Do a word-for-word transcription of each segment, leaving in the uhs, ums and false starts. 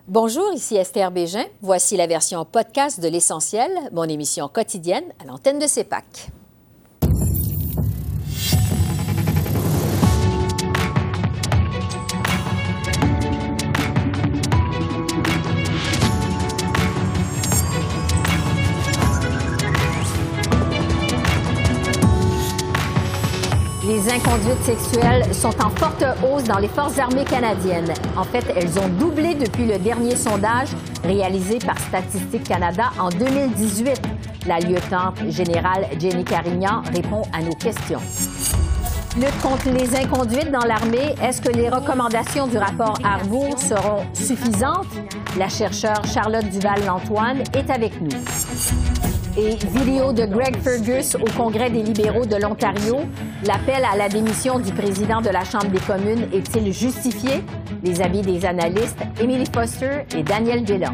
Bonjour, ici Esther Bégin. Voici la version podcast de L'Essentiel, mon émission quotidienne à l'antenne de CEPAC. Les inconduites sexuelles sont en forte hausse dans les Forces armées canadiennes. En fait, elles ont doublé depuis le dernier sondage réalisé par Statistique Canada en deux mille dix-huit. La lieutenant générale Jenny Carignan répond à nos questions. Lutte contre les inconduites dans l'armée, est-ce que les recommandations du rapport Arbour seront suffisantes? La chercheure Charlotte Duval-Lantoine est avec nous. Et vidéo de Greg Fergus au Congrès des libéraux de l'Ontario. L'appel à la démission du président de la Chambre des communes est-il justifié? Les avis des analystes Emily Foster et Daniel Gélin.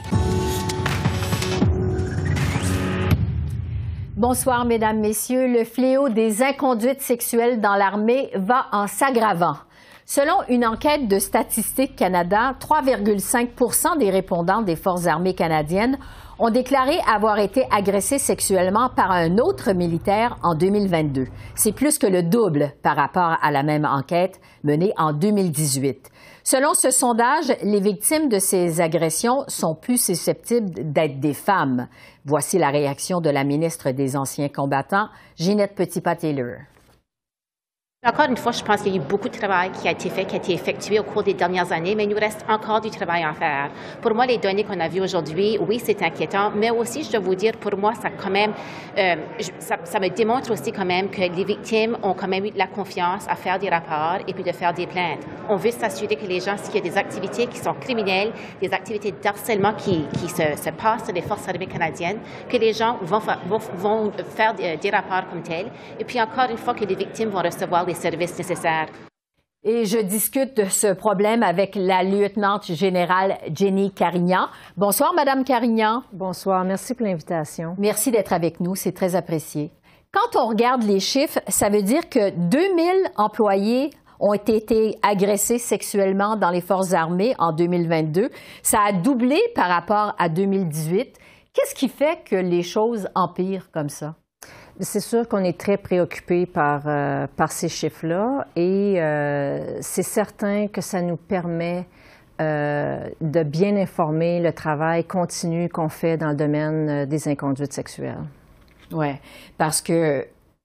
Bonsoir, Mesdames, Messieurs. Le fléau des inconduites sexuelles dans l'armée va en s'aggravant. Selon une enquête de Statistique Canada, trois virgule cinq pour cent des répondants des Forces armées canadiennes ont déclaré avoir été agressés sexuellement par un autre militaire en deux mille vingt-deux. C'est plus que le double par rapport à la même enquête menée en deux mille dix-huit. Selon ce sondage, les victimes de ces agressions sont plus susceptibles d'être des femmes. Voici la réaction de la ministre des Anciens combattants, Ginette Petitpas-Taylor. Encore une fois, je pense qu'il y a eu beaucoup de travail qui a été fait, qui a été effectué au cours des dernières années, mais il nous reste encore du travail à faire. Pour moi, les données qu'on a vues aujourd'hui, oui, c'est inquiétant, mais aussi, je dois vous dire, pour moi, ça quand même, euh, ça, ça me démontre aussi quand même que les victimes ont quand même eu de la confiance à faire des rapports et puis de faire des plaintes. On veut s'assurer que les gens, s'il y a des activités qui sont criminelles, des activités d'harcèlement qui, qui se, se passent dans les Forces armées canadiennes, que les gens vont, fa- vont, vont faire des, des rapports comme tels, et puis encore une fois, que les victimes vont recevoir les services nécessaires. Et je discute de ce problème avec la lieutenant générale Jenny Carignan. Bonsoir, Madame Carignan. Bonsoir, merci pour l'invitation. Merci d'être avec nous, c'est très apprécié. Quand on regarde les chiffres, ça veut dire que deux mille employés ont été agressés sexuellement dans les Forces armées en deux mille vingt-deux. Ça a doublé par rapport à deux mille dix-huit. Qu'est-ce qui fait que les choses empirent comme ça? C'est sûr qu'on est très préoccupé par, euh, par ces chiffres-là et euh, c'est certain que ça nous permet euh, de bien informer le travail continu qu'on fait dans le domaine des inconduites sexuelles. Oui, parce que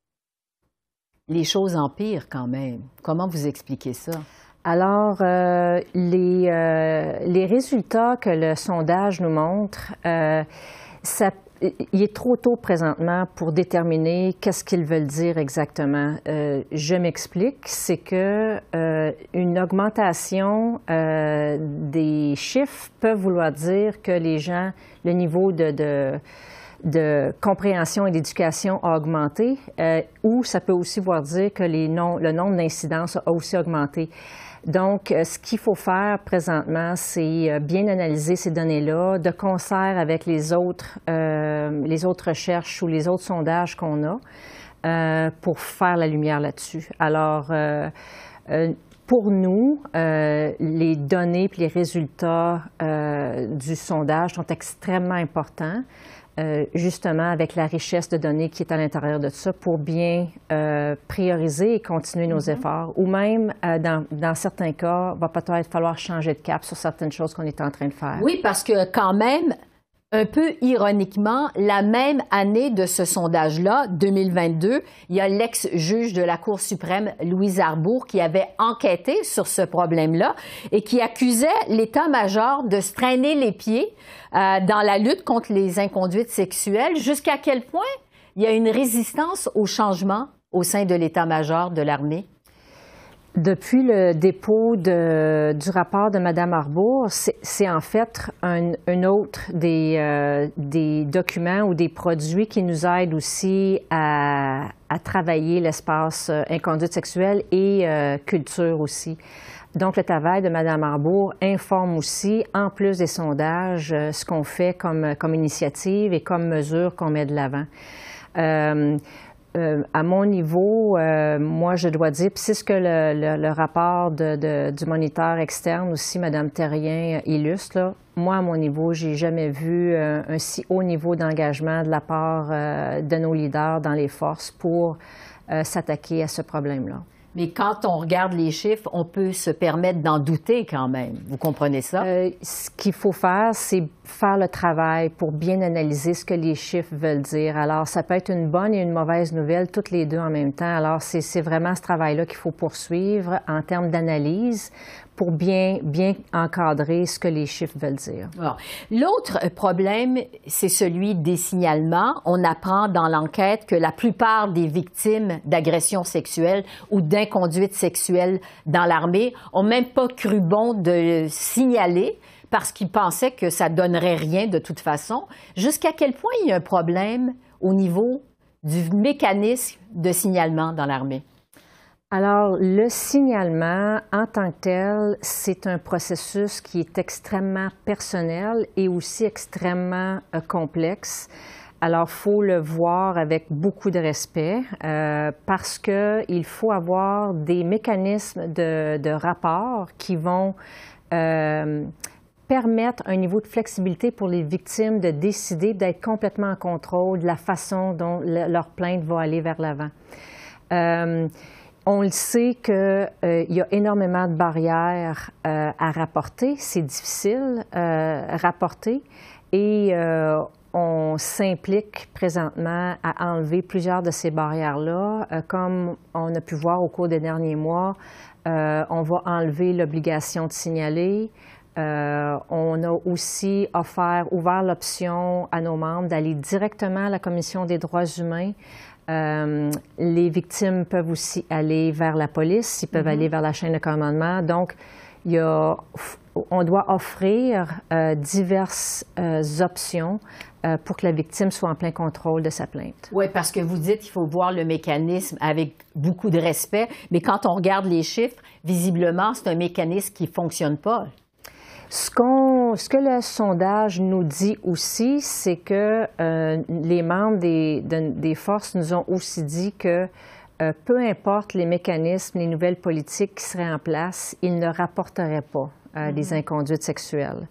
les choses empirent quand même. Comment vous expliquez ça? Alors, euh, les, euh, les résultats que le sondage nous montre, euh, ça il est trop tôt présentement pour déterminer qu'est-ce qu'ils veulent dire exactement. Euh, je m'explique, c'est que euh, une augmentation euh, des chiffres peut vouloir dire que les gens, le niveau de, de, de compréhension et d'éducation a augmenté, euh, ou ça peut aussi vouloir dire que les non, le nombre d'incidences a aussi augmenté. Donc, ce qu'il faut faire présentement, c'est bien analyser ces données-là de concert avec les autres, euh, les autres recherches ou les autres sondages qu'on a euh, pour faire la lumière là-dessus. Alors, euh, euh, pour nous, euh, les données et les résultats euh, du sondage sont extrêmement importants. Euh, justement avec la richesse de données qui est à l'intérieur de ça pour bien euh, prioriser et continuer nos mm-hmm. efforts. Ou même, euh, dans, dans certains cas, va peut-être falloir changer de cap sur certaines choses qu'on est en train de faire. Oui, parce que quand même, un peu ironiquement, la même année de ce sondage-là, deux mille vingt-deux, il y a l'ex-juge de la Cour suprême, Louise Arbour, qui avait enquêté sur ce problème-là et qui accusait l'état-major de se traîner les pieds euh, dans la lutte contre les inconduites sexuelles. Jusqu'à quel point il y a une résistance au changement au sein de l'état-major de l'armée? Depuis le dépôt de, du rapport de Mme Arbour, c'est en fait un, un autre des, euh, des documents ou des produits qui nous aident aussi à, à travailler l'espace inconduite sexuelle et euh, culture aussi. Donc, le travail de Mme Arbour informe aussi, en plus des sondages, euh, ce qu'on fait comme, comme initiative et comme mesure qu'on met de l'avant. Euh, euh, à mon niveau, euh, moi, je dois dire, puis c'est ce que le, le, le rapport de, de, du moniteur externe aussi, Mme Terrien, illustre, là. Moi, à mon niveau, j'ai jamais vu euh, un si haut niveau d'engagement de la part euh, de nos leaders dans les forces pour euh, s'attaquer à ce problème-là. Mais quand on regarde les chiffres, on peut se permettre d'en douter quand même. Vous comprenez ça? Euh, ce qu'il faut faire, c'est faire le travail pour bien analyser ce que les chiffres veulent dire. Alors, ça peut être une bonne et une mauvaise nouvelle, toutes les deux en même temps. Alors, c'est vraiment ce travail-là qu'il faut poursuivre en termes d'analyse pour bien, bien encadrer ce que les chiffres veulent dire. L'autre problème, c'est celui des signalements. On apprend dans l'enquête que la plupart des victimes d'agressions sexuelles ou d'inconduite sexuelle dans l'armée ont même pas cru bon de signaler parce qu'ils pensaient que ça donnerait rien de toute façon. Jusqu'à quel point il y a un problème au niveau du mécanisme de signalement dans l'armée? Alors, le signalement, en tant que tel, c'est un processus qui est extrêmement personnel et aussi extrêmement euh, complexe. Alors, il faut le voir avec beaucoup de respect euh, parce qu'il faut avoir des mécanismes de, de rapport qui vont euh, permettre un niveau de flexibilité pour les victimes de décider d'être complètement en contrôle de la façon dont le, leur plainte va aller vers l'avant. Euh, On le sait qu'il euh, y a énormément de barrières euh, à rapporter. C'est difficile euh, à rapporter et euh, on s'implique présentement à enlever plusieurs de ces barrières-là. Euh, comme on a pu voir au cours des derniers mois, euh, on va enlever l'obligation de signaler. Euh, on a aussi offert, ouvert l'option à nos membres d'aller directement à la Commission des droits humains. Euh, les victimes peuvent aussi aller vers la police, ils peuvent mm-hmm. aller vers la chaîne de commandement. Donc, il y a, on doit offrir euh, diverses euh, options euh, pour que la victime soit en plein contrôle de sa plainte. Oui, parce que vous dites qu'il faut voir le mécanisme avec beaucoup de respect, mais quand on regarde les chiffres, visiblement, c'est un mécanisme qui ne fonctionne pas. Ce, qu'on, ce que le sondage nous dit aussi, c'est que euh, les membres des, de, des forces nous ont aussi dit que euh, peu importe les mécanismes, les nouvelles politiques qui seraient en place, ils ne rapporteraient pas euh, mm-hmm. des inconduites sexuelles.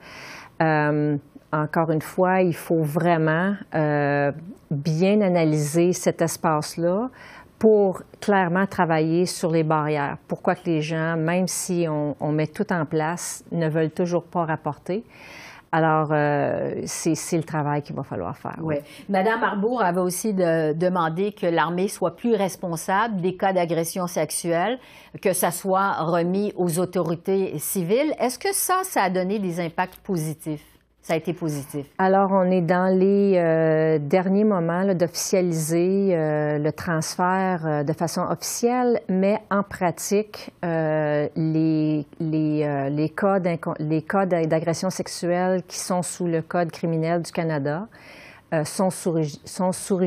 Euh, encore une fois, il faut vraiment euh, bien analyser cet espace-là pour clairement travailler sur les barrières. Pourquoi que les gens, même si on, on met tout en place, ne veulent toujours pas rapporter. Alors, euh, c'est le travail qu'il va falloir faire. Oui. Madame Arbour avait aussi de, demandé que l'armée soit plus responsable des cas d'agression sexuelle, que ça soit remis aux autorités civiles. Est-ce que ça, ça a donné des impacts positifs? Ça a été positif. Alors, on est dans les euh, derniers moments d'officialiser euh, le transfert euh, de façon officielle, mais en pratique, euh, les, les, euh, les cas d'agression sexuelle qui sont sous le Code criminel du Canada euh, sont sous, sont sous,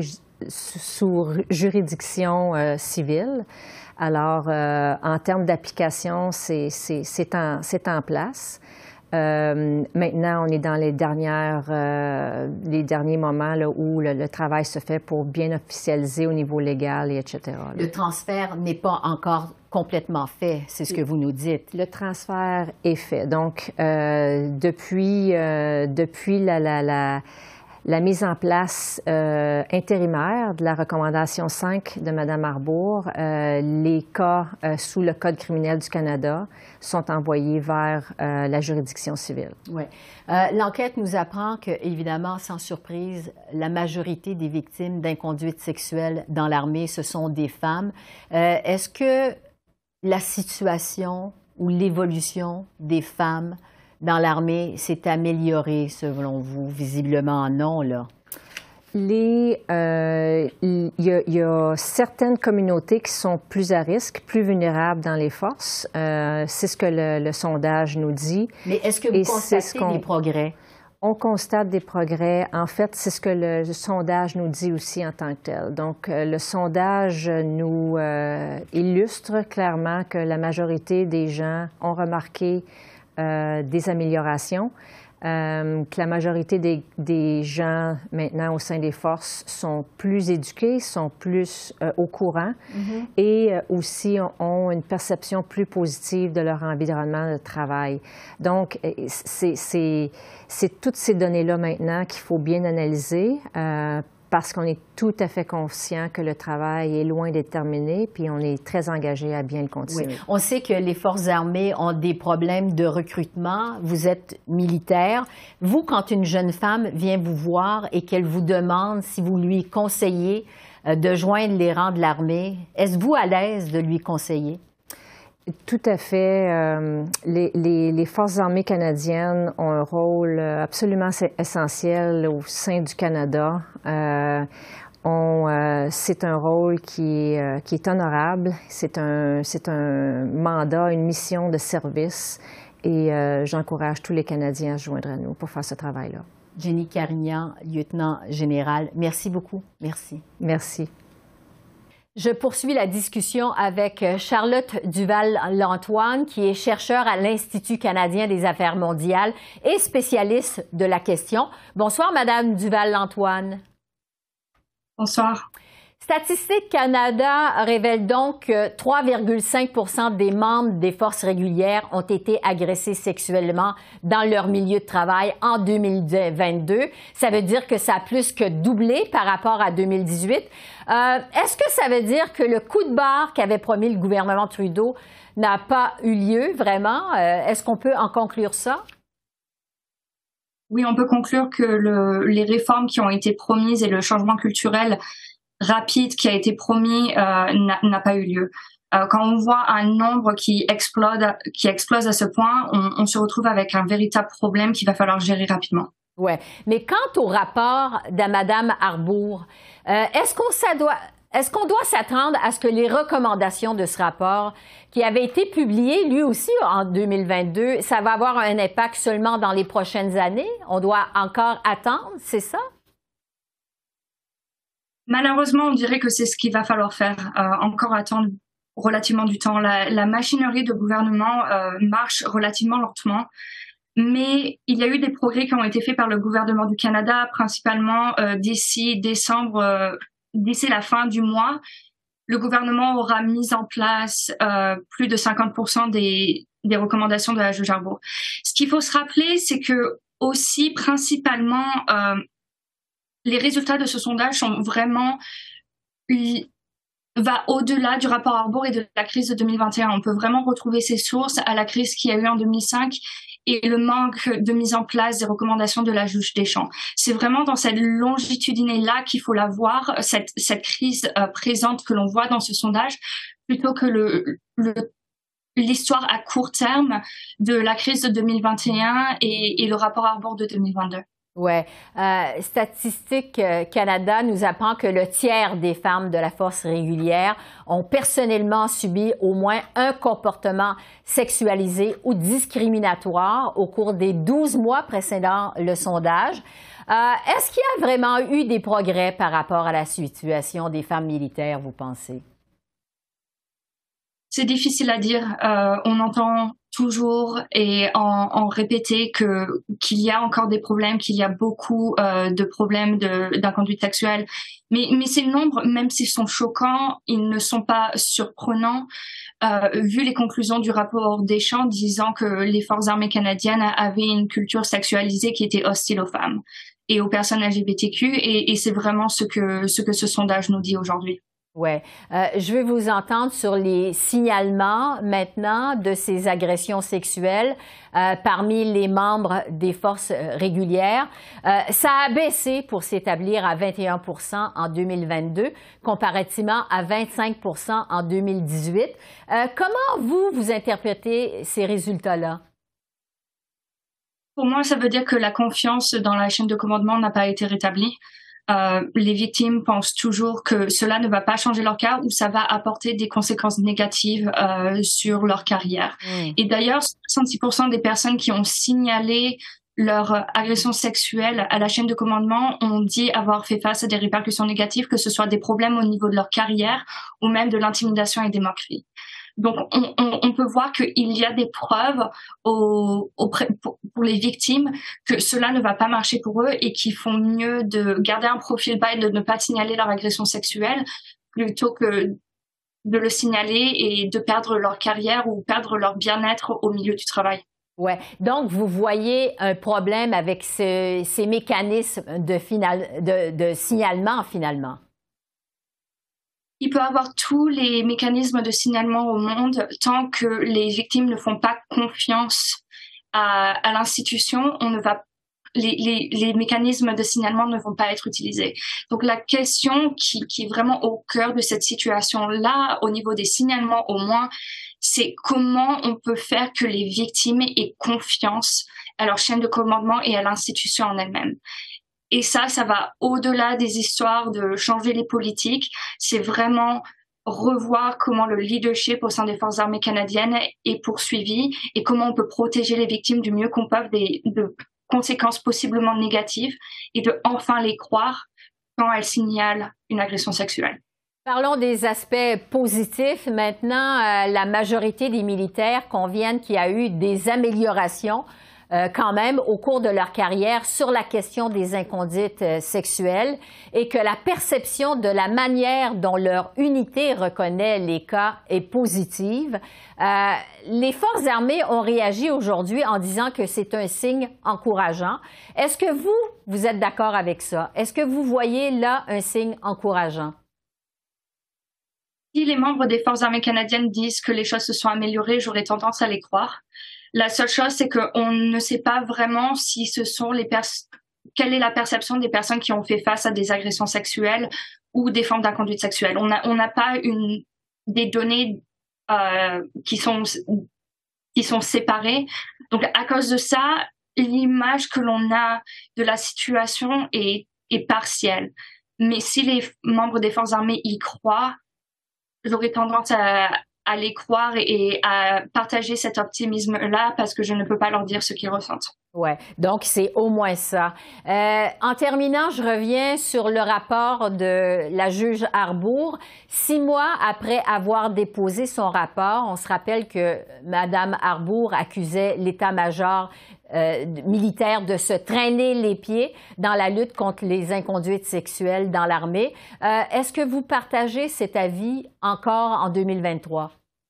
sous juridiction euh, civile. Alors, euh, en termes d'application, c'est en, en place. Euh, maintenant, on est dans les, dernières, euh, les derniers moments là, où le, le travail se fait pour bien officialiser au niveau légal, et et cetera. Le transfert n'est pas encore complètement fait, c'est ce que vous nous dites. Le transfert est fait. Donc, euh, depuis, euh, depuis la, la, la, la mise en place euh, intérimaire de la recommandation cinq de Mme Arbour, euh, les cas euh, sous le Code criminel du Canada sont envoyés vers euh, la juridiction civile. Oui. Euh, L'enquête nous apprend que, évidemment, sans surprise, la majorité des victimes d'inconduite sexuelle dans l'armée, ce sont des femmes. Euh, Est-ce que la situation ou l'évolution des femmes dans l'armée s'est améliorée, selon vous? Visiblement non, là. Les, euh, il, y a, il y a certaines communautés qui sont plus à risque, plus vulnérables dans les forces. Euh, c'est ce que le, le sondage nous dit. Mais est-ce que vous Et constatez ce des progrès? On constate des progrès. En fait, c'est ce que le, le sondage nous dit aussi en tant que tel. Donc, euh, le sondage nous euh, illustre clairement que la majorité des gens ont remarqué euh, des améliorations. Euh, que la majorité des, des gens maintenant au sein des forces sont plus éduqués, sont plus euh, au courant mm-hmm. et euh, aussi ont une perception plus positive de leur environnement de travail. Donc, c'est, c'est, c'est toutes ces données-là maintenant qu'il faut bien analyser euh, parce qu'on est tout à fait conscient que le travail est loin d'être terminé, puis on est très engagé à bien le continuer. Oui. On sait que les forces armées ont des problèmes de recrutement. Vous êtes militaire. Vous, quand une jeune femme vient vous voir et qu'elle vous demande si vous lui conseillez de joindre les rangs de l'armée, êtes-vous à l'aise de lui conseiller? Tout à fait. Euh, les, les, les Forces armées canadiennes ont un rôle absolument essentiel au sein du Canada. Euh, on, euh, c'est un rôle qui est, euh, qui est honorable. C'est un, c'est un mandat, une mission de service. Et euh, j'encourage tous les Canadiens à se joindre à nous pour faire ce travail-là. Jenny Carignan, lieutenant général, merci beaucoup. Merci. Merci. Je poursuis la discussion avec Charlotte Duval-Lantoine, qui est chercheure à l'Institut canadien des affaires mondiales et spécialiste de la question. Bonsoir, Madame Duval-Lantoine. Bonsoir. Statistique Canada révèle donc que trois virgule cinq pour cent des membres des forces régulières ont été agressés sexuellement dans leur milieu de travail en deux mille vingt-deux. Ça veut dire que ça a plus que doublé par rapport à deux mille dix-huit. Euh, est-ce que ça veut dire que le coup de barre qu'avait promis le gouvernement Trudeau n'a pas eu lieu vraiment? Euh, est-ce qu'on peut en conclure ça? Oui, on peut conclure que le, les réformes qui ont été promises et le changement culturel rapide qui a été promis euh, n'a, n'a pas eu lieu. Euh, quand on voit un nombre qui explose, qui explose à ce point, on, on se retrouve avec un véritable problème qu'il va falloir gérer rapidement. Ouais, mais quant au rapport de Mme Arbour, euh, est-ce qu'on ça doit, est-ce qu'on doit s'attendre à ce que les recommandations de ce rapport, qui avait été publié lui aussi en deux mille vingt-deux, ça va avoir un impact seulement dans les prochaines années? On doit encore attendre, c'est ça? Malheureusement, on dirait que c'est ce qu'il va falloir faire, euh, encore attendre relativement du temps. La, la machinerie de gouvernement euh, marche relativement lentement, mais il y a eu des progrès qui ont été faits par le gouvernement du Canada, principalement euh, d'ici décembre, euh, d'ici la fin du mois. Le gouvernement aura mis en place euh, plus de cinquante pour cent des, des recommandations de la juge Arbour. Ce qu'il faut se rappeler, c'est que aussi, principalement, euh, les résultats de ce sondage sont vraiment va au-delà du rapport Arbour et de la crise de deux mille vingt et un. On peut vraiment retrouver ses sources à la crise qu'il y a eu en deux mille cinq et le manque de mise en place des recommandations de la juge Deschamps. C'est vraiment dans cette longitudinée-là qu'il faut la voir, cette, cette crise euh, présente que l'on voit dans ce sondage, plutôt que le, le l'histoire à court terme de la crise de deux mille vingt et un et, et le rapport Arbour de deux mille vingt-deux. Oui. Euh, Statistique Canada nous apprend que le tiers des femmes de la force régulière ont personnellement subi au moins un comportement sexualisé ou discriminatoire au cours des douze mois précédant le sondage. Euh, est-ce qu'il y a vraiment eu des progrès par rapport à la situation des femmes militaires, vous pensez? C'est difficile à dire. Euh, on entend toujours et en, en répéter que qu'il y a encore des problèmes, qu'il y a beaucoup euh, de problèmes de, d'inconduite sexuelle. Mais, mais ces nombres, même s'ils sont choquants, ils ne sont pas surprenants, euh, vu les conclusions du rapport Deschamps disant que les forces armées canadiennes avaient une culture sexualisée qui était hostile aux femmes et aux personnes L G B T Q. Et, et c'est vraiment ce que, ce que ce sondage nous dit aujourd'hui. Oui. Euh, je vais vous entendre sur les signalements maintenant de ces agressions sexuelles euh, parmi les membres des forces régulières. Euh, ça a baissé pour s'établir à vingt et un pour cent en deux mille vingt-deux, comparativement à vingt-cinq pour cent en deux mille dix-huit. Euh, comment vous, vous interprétez ces résultats-là? Pour moi, ça veut dire que la confiance dans la chaîne de commandement n'a pas été rétablie. Euh, les victimes pensent toujours que cela ne va pas changer leur cas ou ça va apporter des conséquences négatives euh, sur leur carrière. Mmh. Et d'ailleurs, soixante-six pour cent des personnes qui ont signalé leur agression sexuelle à la chaîne de commandement ont dit avoir fait face à des répercussions négatives, que ce soit des problèmes au niveau de leur carrière ou même de l'intimidation et des moqueries. Donc, on, on, on peut voir qu'il y a des preuves au, au, pour, pour les victimes que cela ne va pas marcher pour eux et qu'ils font mieux de garder un profil bas et de ne pas signaler leur agression sexuelle plutôt que de le signaler et de perdre leur carrière ou perdre leur bien-être au milieu du travail. Ouais. Donc, vous voyez un problème avec ce, ces mécanismes de, final, de, de signalement, finalement? Il peut y avoir tous les mécanismes de signalement au monde tant que les victimes ne font pas confiance à, à l'institution, on ne va Les, les, les mécanismes de signalement ne vont pas être utilisés. Donc la question qui, qui est vraiment au cœur de cette situation-là, au niveau des signalements au moins, c'est comment on peut faire que les victimes aient confiance à leur chaîne de commandement et à l'institution en elle-même. Et ça, ça va au-delà des histoires de changer les politiques. C'est vraiment revoir comment le leadership au sein des Forces armées canadiennes est poursuivi et comment on peut protéger les victimes du mieux qu'on peut des, de conséquences possiblement négatives et de enfin les croire quand elles signalent une agression sexuelle. Parlons des aspects positifs. Maintenant, euh, la majorité des militaires conviennent qu'il y a eu des améliorations euh, quand même au cours de leur carrière sur la question des inconduites euh, sexuelles et que la perception de la manière dont leur unité reconnaît les cas est positive. Euh, les Forces armées ont réagi aujourd'hui en disant que c'est un signe encourageant. Est-ce que vous, vous êtes d'accord avec ça? Est-ce que vous voyez là un signe encourageant? Si les membres des Forces armées canadiennes disent que les choses se sont améliorées, j'aurais tendance à les croire. La seule chose, c'est qu'on ne sait pas vraiment si ce sont les pers- quelle est la perception des personnes qui ont fait face à des agressions sexuelles ou des formes d'inconduite sexuelle. On n'a on n'a pas une, des données euh, qui sont, qui sont séparées. Donc, à cause de ça, l'image que l'on a de la situation est, est partielle. Mais si les membres des Forces armées y croient, j'aurais tendance à, à les croire et à partager cet optimisme-là parce que je ne peux pas leur dire ce qu'ils ressentent. Oui, donc c'est au moins ça. Euh, en terminant, je reviens sur le rapport de la juge Arbour. Six mois après avoir déposé son rapport, on se rappelle que Mme Arbour accusait l'état-major euh, militaire de se traîner les pieds dans la lutte contre les inconduites sexuelles dans l'armée. Euh, est-ce que vous partagez cet avis encore en deux mille vingt-trois?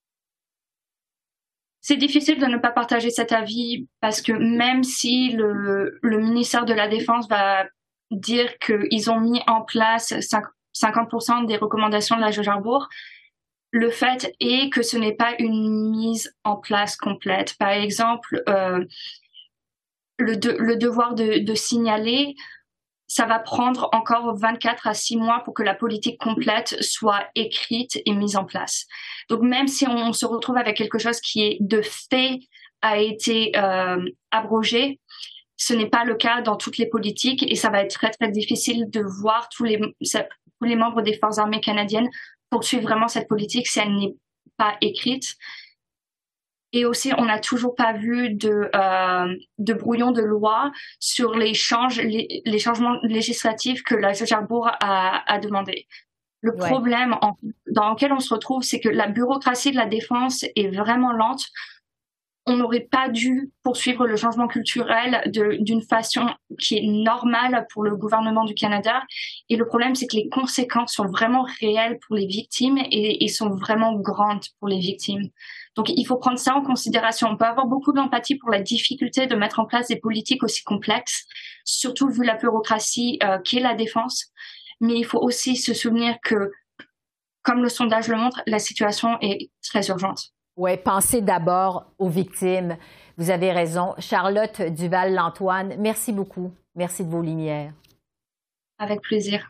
C'est difficile de ne pas partager cet avis parce que même si le, le ministère de la Défense va dire qu'ils ont mis en place cinquante pour cent des recommandations de la juge Arbour, le fait est que ce n'est pas une mise en place complète. Par exemple, euh, le, de, le devoir de, de signaler, ça va prendre encore vingt-quatre à six mois pour que la politique complète soit écrite et mise en place. Donc, même si on se retrouve avec quelque chose qui est de fait a été euh, abrogé, ce n'est pas le cas dans toutes les politiques et ça va être très, très difficile de voir tous les, tous les membres des Forces armées canadiennes poursuivre vraiment cette politique si elle n'est pas écrite. Et aussi, on n'a toujours pas vu de, euh, de brouillon de loi sur les, changes, les, les changements législatifs que la juge Arbour a, a demandé. Le ouais. problème en, dans lequel on se retrouve, c'est que la bureaucratie de la défense est vraiment lente. On n'aurait pas dû poursuivre le changement culturel de, d'une façon qui est normale pour le gouvernement du Canada. Et le problème, c'est que les conséquences sont vraiment réelles pour les victimes et, et sont vraiment grandes pour les victimes. Donc, il faut prendre ça en considération. On peut avoir beaucoup d'empathie pour la difficulté de mettre en place des politiques aussi complexes, surtout vu la bureaucratie euh, qu'est la défense. Mais il faut aussi se souvenir que, comme le sondage le montre, la situation est très urgente. Oui, pensez d'abord aux victimes. Vous avez raison. Charlotte Duval-Lantoine, merci beaucoup. Merci de vos lumières. Avec plaisir.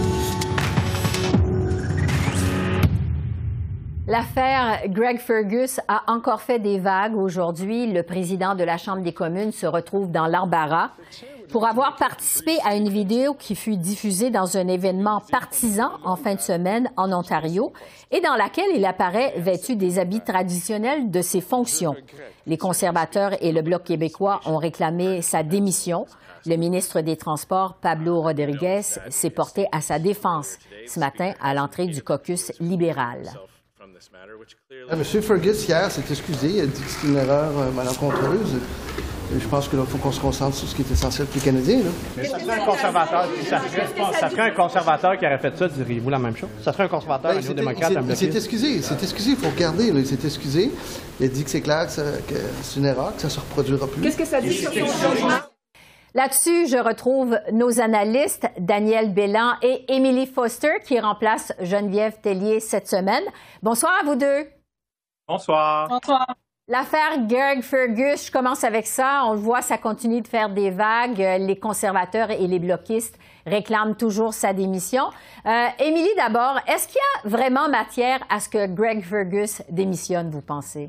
L'affaire Greg Fergus a encore fait des vagues aujourd'hui. Le président de la Chambre des communes se retrouve dans l'embarras pour avoir participé à une vidéo qui fut diffusée dans un événement partisan en fin de semaine en Ontario et dans laquelle il apparaît vêtu des habits traditionnels de ses fonctions. Les conservateurs et le Bloc québécois ont réclamé sa démission. Le ministre des Transports, Pablo Rodriguez, s'est porté à sa défense ce matin à l'entrée du caucus libéral. Ah, M. Fergus, hier, s'est excusé. Il a dit que c'était une erreur euh, malencontreuse. Et je pense qu'il faut qu'on se concentre sur ce qui est essentiel pour les Canadiens. Là. Mais ça serait un conservateur, ça serait, ça serait un conservateur qui aurait fait ça, diriez-vous la même chose? Ça serait un conservateur, ben, un néo-démocrate, un Il s'est excusé, il s'est excusé, il faut regarder. Là, il s'est excusé. Il a dit que c'est clair que, ça, que c'est une erreur, que ça ne se reproduira plus. Qu'est-ce que ça dit sur son changement? Là-dessus, je retrouve nos analystes Daniel Bélan et Émilie Foster qui remplacent Geneviève Tellier cette semaine. Bonsoir à vous deux. Bonsoir. Bonsoir. L'affaire Greg Fergus, je commence avec ça. On le voit, ça continue de faire des vagues. Les conservateurs et les bloquistes réclament toujours sa démission. Euh, Émilie, d'abord, est-ce qu'il y a vraiment matière à ce que Greg Fergus démissionne, vous pensez?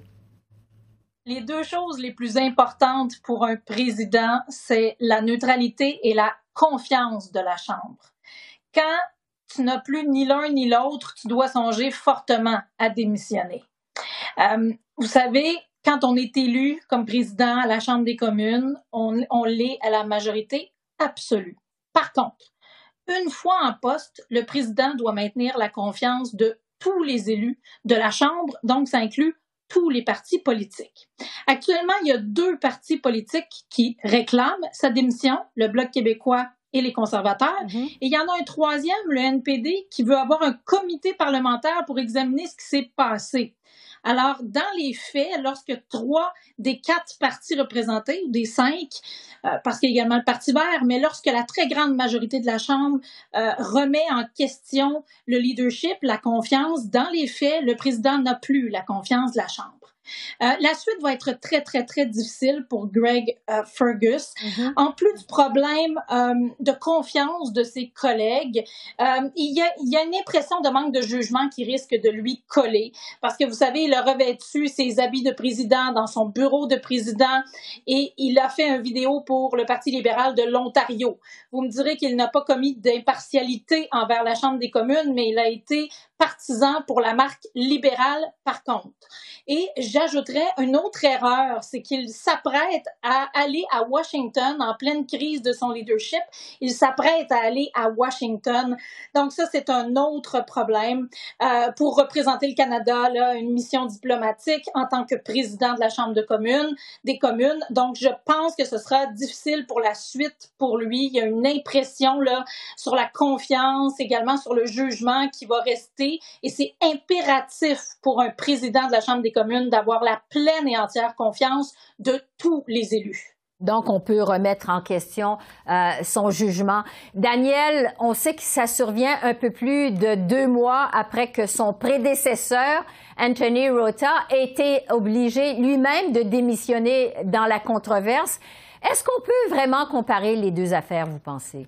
Les deux choses les plus importantes pour un président, c'est la neutralité et la confiance de la Chambre. Quand tu n'as plus ni l'un ni l'autre, tu dois songer fortement à démissionner. Euh, vous savez, quand on est élu comme président à la Chambre des communes, on, on l'est à la majorité absolue. Par contre, une fois en poste, le président doit maintenir la confiance de tous les élus de la Chambre, donc ça inclut tous les partis politiques. Actuellement, il y a deux partis politiques qui réclament sa démission, le Bloc québécois et les conservateurs. Mm-hmm. Et il y en a un troisième, le N P D, qui veut avoir un comité parlementaire pour examiner ce qui s'est passé. Alors, dans les faits, lorsque trois des quatre partis représentés, ou des cinq, euh, parce qu'il y a également le Parti vert, mais lorsque la très grande majorité de la Chambre euh, remet en question le leadership, la confiance, dans les faits, le président n'a plus la confiance de la Chambre. Euh, la suite va être très, très, très difficile pour Greg euh, Fergus. Mm-hmm. En plus du problème euh, de confiance de ses collègues, euh, il, y a, il y a une impression de manque de jugement qui risque de lui coller. Parce que vous savez, il a revêtu ses habits de président dans son bureau de président et il a fait une vidéo pour le Parti libéral de l'Ontario. Vous me direz qu'il n'a pas commis d'impartialité envers la Chambre des communes, mais il a été partisan pour la marque libérale, par contre. Et j'ajouterais une autre erreur, c'est qu'il s'apprête à aller à Washington en pleine crise de son leadership. Il s'apprête à aller à Washington. Donc ça, c'est un autre problème euh, pour représenter le Canada, là, une mission diplomatique en tant que président de la Chambre de communes, des communes. Donc je pense que ce sera difficile pour la suite pour lui. Il y a une impression là sur la confiance, également sur le jugement qui va rester. Et c'est impératif pour un président de la Chambre des communes d'avoir la pleine et entière confiance de tous les élus. Donc, on peut remettre en question euh, son jugement. Daniel, on sait que ça survient un peu plus de deux mois après que son prédécesseur, Anthony Rota, ait été obligé lui-même de démissionner dans la controverse. Est-ce qu'on peut vraiment comparer les deux affaires, vous pensez?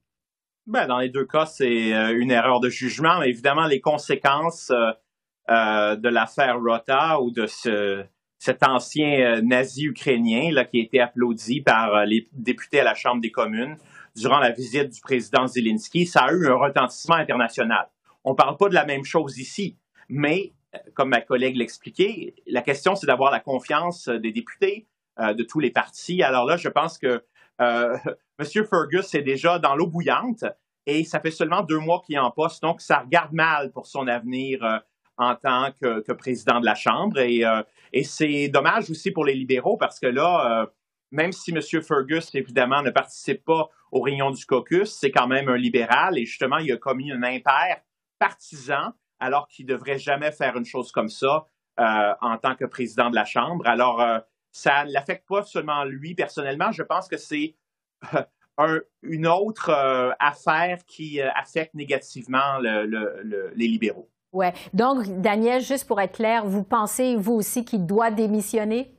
Ben, dans les deux cas, c'est euh, une erreur de jugement. Mais évidemment, les conséquences euh, euh, de l'affaire Rota ou de ce, cet ancien euh, nazi ukrainien là, qui a été applaudi par euh, les députés à la Chambre des communes durant la visite du président Zelensky, ça a eu un retentissement international. On ne parle pas de la même chose ici, mais comme ma collègue l'expliquait, la question, c'est d'avoir la confiance des députés euh, de tous les partis. Alors là, je pense que Euh, M. Fergus est déjà dans l'eau bouillante et ça fait seulement deux mois qu'il est en poste, donc ça regarde mal pour son avenir euh, en tant que, que président de la Chambre. Et, euh, et c'est dommage aussi pour les libéraux parce que là, euh, même si M. Fergus, évidemment, ne participe pas aux réunions du caucus, c'est quand même un libéral et justement, il a commis un impair partisan alors qu'il ne devrait jamais faire une chose comme ça euh, en tant que président de la Chambre. Alors, euh, ça ne l'affecte pas seulement lui personnellement. Je pense que c'est euh, un, une autre euh, affaire qui euh, affecte négativement le, le, le, les libéraux. Oui. Donc, Daniel, juste pour être clair, vous pensez, vous aussi, qu'il doit démissionner?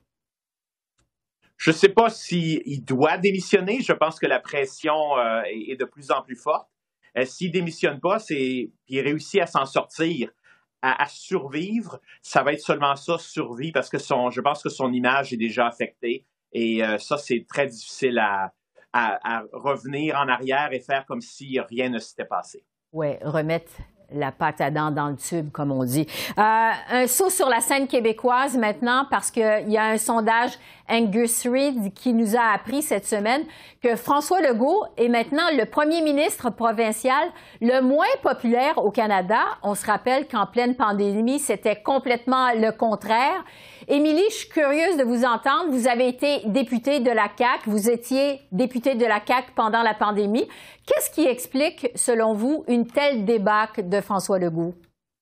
Je ne sais pas s'il doit démissionner. Je pense que la pression euh, est, est de plus en plus forte. Euh, s'il ne démissionne pas, c'est qu'il réussit à s'en sortir, À, à survivre, ça va être seulement ça, survie, parce que son, je pense que son image est déjà affectée. Et euh, ça, c'est très difficile à, à, à revenir en arrière et faire comme si rien ne s'était passé. Oui, remettre la pâte à dents dans le tube, comme on dit. Euh, un saut sur la scène québécoise maintenant, parce qu'il y a un sondage Angus Reid qui nous a appris cette semaine que François Legault est maintenant le premier ministre provincial le moins populaire au Canada. On se rappelle qu'en pleine pandémie, c'était complètement le contraire. Émilie, je suis curieuse de vous entendre. Vous avez été députée de la C A Q. Vous étiez députée de la C A Q pendant la pandémie. Qu'est-ce qui explique, selon vous, une telle débâcle de François Legault?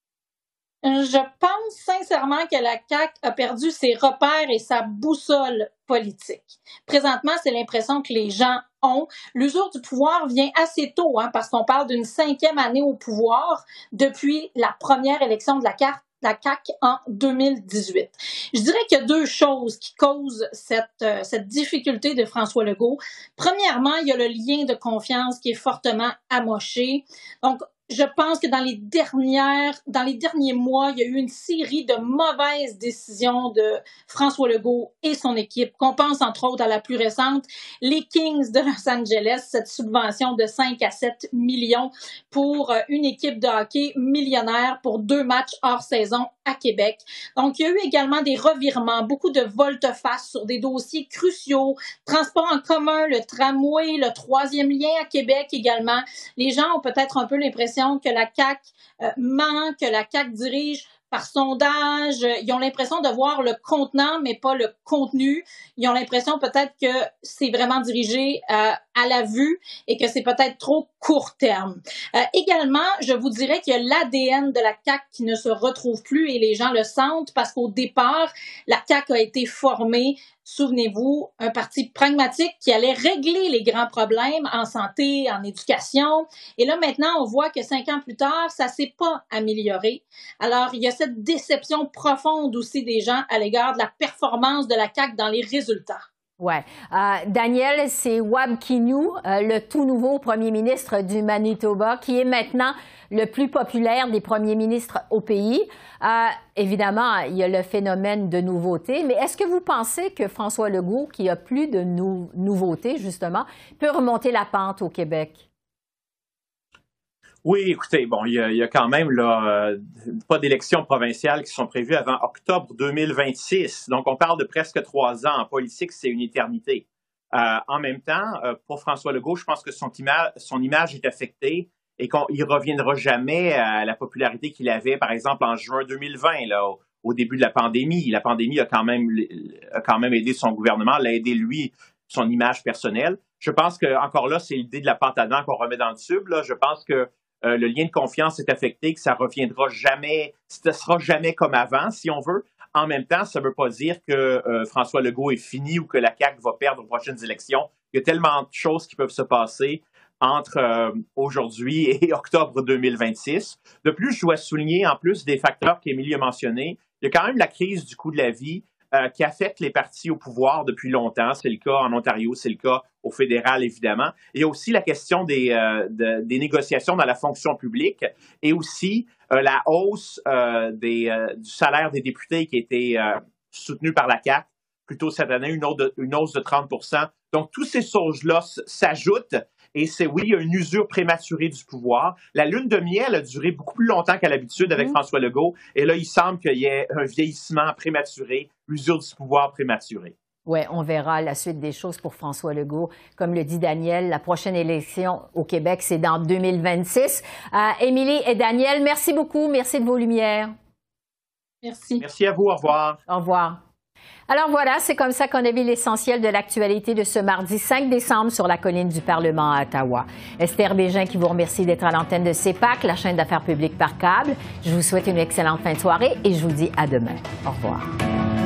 Je pense sincèrement que la C A Q a perdu ses repères et sa boussole politique. Présentement, c'est l'impression que les gens ont. L'usure du pouvoir vient assez tôt, hein, parce qu'on parle d'une cinquième année au pouvoir depuis la première élection de la carte. La C A Q en deux mille dix-huit. Je dirais qu'il y a deux choses qui causent cette, euh, cette difficulté de François Legault. Premièrement, il y a le lien de confiance qui est fortement amoché. Donc, je pense que dans les dernières, dans les derniers mois, il y a eu une série de mauvaises décisions de François Legault et son équipe, qu'on pense entre autres à la plus récente, les Kings de Los Angeles, cette subvention de cinq à sept millions pour une équipe de hockey millionnaire pour deux matchs hors saison à Québec. Donc, il y a eu également des revirements, beaucoup de volte-face sur des dossiers cruciaux, transport en commun, le tramway, le troisième lien à Québec également. Les gens ont peut-être un peu l'impression que la C A Q euh, ment, que la C A Q dirige par sondage. Ils ont l'impression de voir le contenant, mais pas le contenu. Ils ont l'impression peut-être que c'est vraiment dirigé euh, à la vue et que c'est peut-être trop court terme. Euh, également, je vous dirais qu'il y a l'A D N de la C A Q qui ne se retrouve plus et les gens le sentent parce qu'au départ, la C A Q a été formée, souvenez-vous, un parti pragmatique qui allait régler les grands problèmes en santé, en éducation. Et là, maintenant, on voit que cinq ans plus tard, ça s'est pas amélioré. Alors, il y a cette déception profonde aussi des gens à l'égard de la performance de la C A Q dans les résultats. Oui. Euh, Daniel, c'est Wab Kinew, euh, le tout nouveau premier ministre du Manitoba, qui est maintenant le plus populaire des premiers ministres au pays. Euh, évidemment, il y a le phénomène de nouveauté, mais est-ce que vous pensez que François Legault, qui a plus de nou nouveautés, justement, peut remonter la pente au Québec? Oui, écoutez, bon, il y a, il y a quand même là, euh, pas d'élections provinciales qui sont prévues avant octobre deux mille vingt-six. Donc, on parle de presque trois ans. En politique, c'est une éternité. Euh, en même temps, euh, pour François Legault, je pense que son, ima son image est affectée et qu'il ne reviendra jamais à la popularité qu'il avait, par exemple, en juin deux mille vingt, là, au, au début de la pandémie. La pandémie a quand même, a quand même aidé son gouvernement, l'a aidé lui, son image personnelle. Je pense que encore là, c'est l'idée de la pâte à dents qu'on remet dans le tube. Là. Je pense que Euh, le lien de confiance est affecté, que ça reviendra jamais, ce sera jamais comme avant, si on veut. En même temps, ça ne veut pas dire que euh, François Legault est fini ou que la C A Q va perdre aux prochaines élections. Il y a tellement de choses qui peuvent se passer entre euh, aujourd'hui et octobre deux mille vingt-six. De plus, je dois souligner, en plus des facteurs qu'Émilie a mentionnés, il y a quand même la crise du coût de la vie euh, qui affecte les partis au pouvoir depuis longtemps. C'est le cas en Ontario, c'est le cas au fédéral, évidemment. Il y a aussi la question des, euh, de, des négociations dans la fonction publique et aussi euh, la hausse euh, des, euh, du salaire des députés qui a été euh, soutenue par la C A Q plus tôt cette année, une hausse de, une hausse de trente pour cent. Donc, toutes ces choses-là s'ajoutent. Et c'est, oui, il y a une usure prématurée du pouvoir. La lune de miel a duré beaucoup plus longtemps qu'à l'habitude avec mmh. François Legault. Et là, il semble qu'il y ait un vieillissement prématuré, usure du pouvoir prématurée. Oui, on verra la suite des choses pour François Legault. Comme le dit Daniel, la prochaine élection au Québec, c'est dans deux mille vingt-six. Euh, Émilie et Daniel, merci beaucoup. Merci de vos lumières. Merci. Merci à vous. Au revoir. Au revoir. Alors voilà, c'est comme ça qu'on a vu l'essentiel de l'actualité de ce mardi cinq décembre sur la colline du Parlement à Ottawa. Esther Bégin qui vous remercie d'être à l'antenne de C E P A C, la chaîne d'affaires publiques par câble. Je vous souhaite une excellente fin de soirée et je vous dis à demain. Au revoir.